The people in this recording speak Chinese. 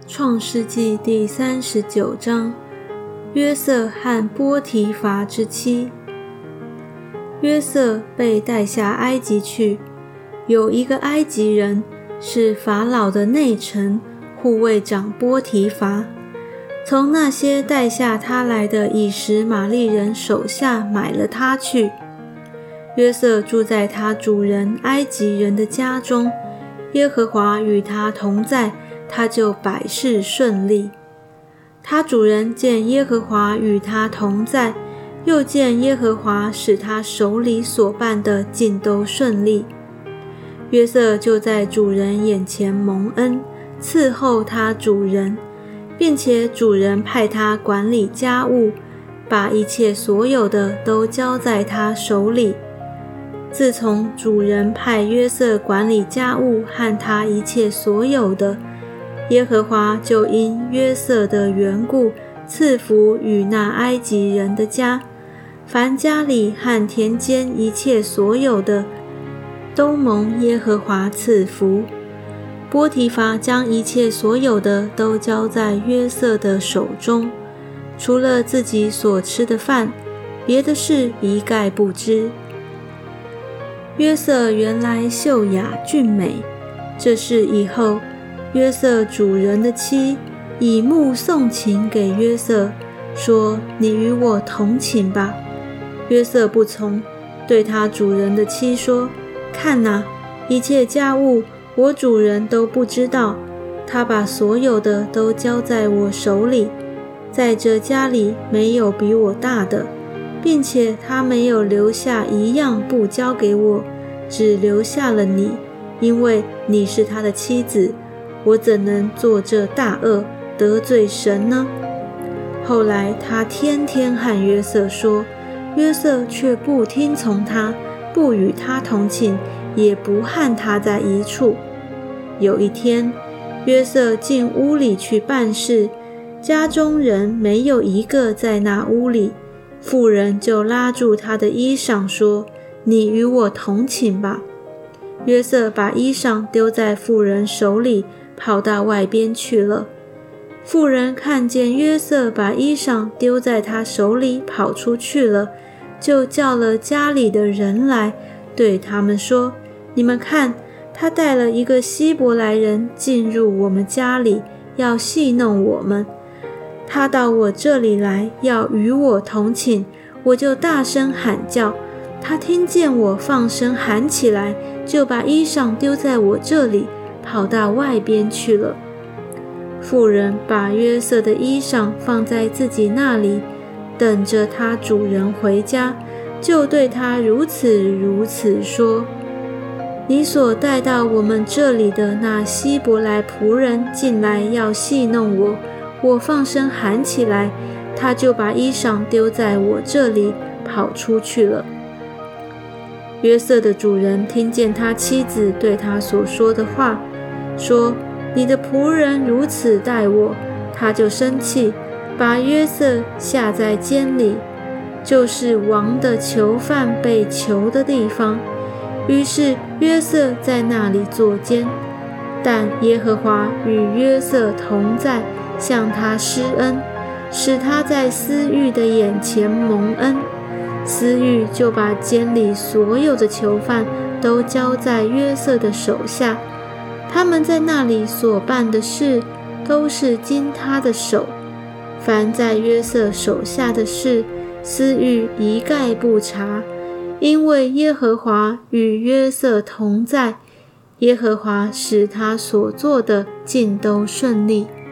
创世纪第39章，约瑟和波提乏之妻。约瑟被带下埃及去，有一个埃及人是法老的内臣护卫长波提乏，从那些带下他来的以实玛利人手下买了他去。约瑟住在他主人埃及人的家中，耶和华与他同在，他就百事顺利。他主人见耶和华与他同在，又见耶和华使他手里所办的尽都顺利。约瑟就在主人眼前蒙恩，伺候他主人，并且主人派他管理家务，把一切所有的都交在他手里。自从主人派约瑟管理家务和他一切所有的，耶和华就因约瑟的缘故赐福与那埃及人的家，凡家里和田间一切所有的，都蒙耶和华赐福。波提乏将一切所有的都交在约瑟的手中，除了自己所吃的饭，别的事一概不知。约瑟原来秀雅俊美，这事以后，约瑟主人的妻以目送情给约瑟，说：“你与我同寝吧。”约瑟不从，对他主人的妻说：“看哪，一切家务我主人都不知道，他把所有的都交在我手里，在这家里没有比我大的，并且他没有留下一样不交给我，只留下了你，因为你是他的妻子，我怎能做这大恶，得罪神呢？”后来他天天和约瑟说，约瑟却不听从他，不与他同寝，也不和他在一处。有一天，约瑟进屋里去办事，家中人没有一个在那屋里，妇人就拉住他的衣裳说：“你与我同寝吧。”约瑟把衣裳丢在妇人手里，跑到外边去了。妇人看见约瑟把衣裳丢在他手里跑出去了，就叫了家里的人来，对他们说：“你们看，他带了一个希伯来人进入我们家里，要戏弄我们。他到我这里来，要与我同寝，我就大声喊叫。他听见我放声喊起来，就把衣裳丢在我这里，跑到外边去了。”妇人把约瑟的衣裳放在自己那里，等着他主人回家，就对他如此说：“你所带到我们这里的那希伯来仆人进来要戏弄我，我放声喊起来，他就把衣裳丢在我这里，跑出去了。”约瑟的主人听见他妻子对他所说的话，说：“你的仆人如此待我。”他就生气，把约瑟下在监里，就是王的囚犯被囚的地方。于是约瑟在那里坐监，但耶和华与约瑟同在，向他施恩，使他在司狱的眼前蒙恩。司狱就把监里所有的囚犯都交在约瑟的手下，他们在那里所办的事，都是经他的手。凡在约瑟手下的事，司狱一概不查，因为耶和华与约瑟同在，耶和华使他所做的尽都顺利。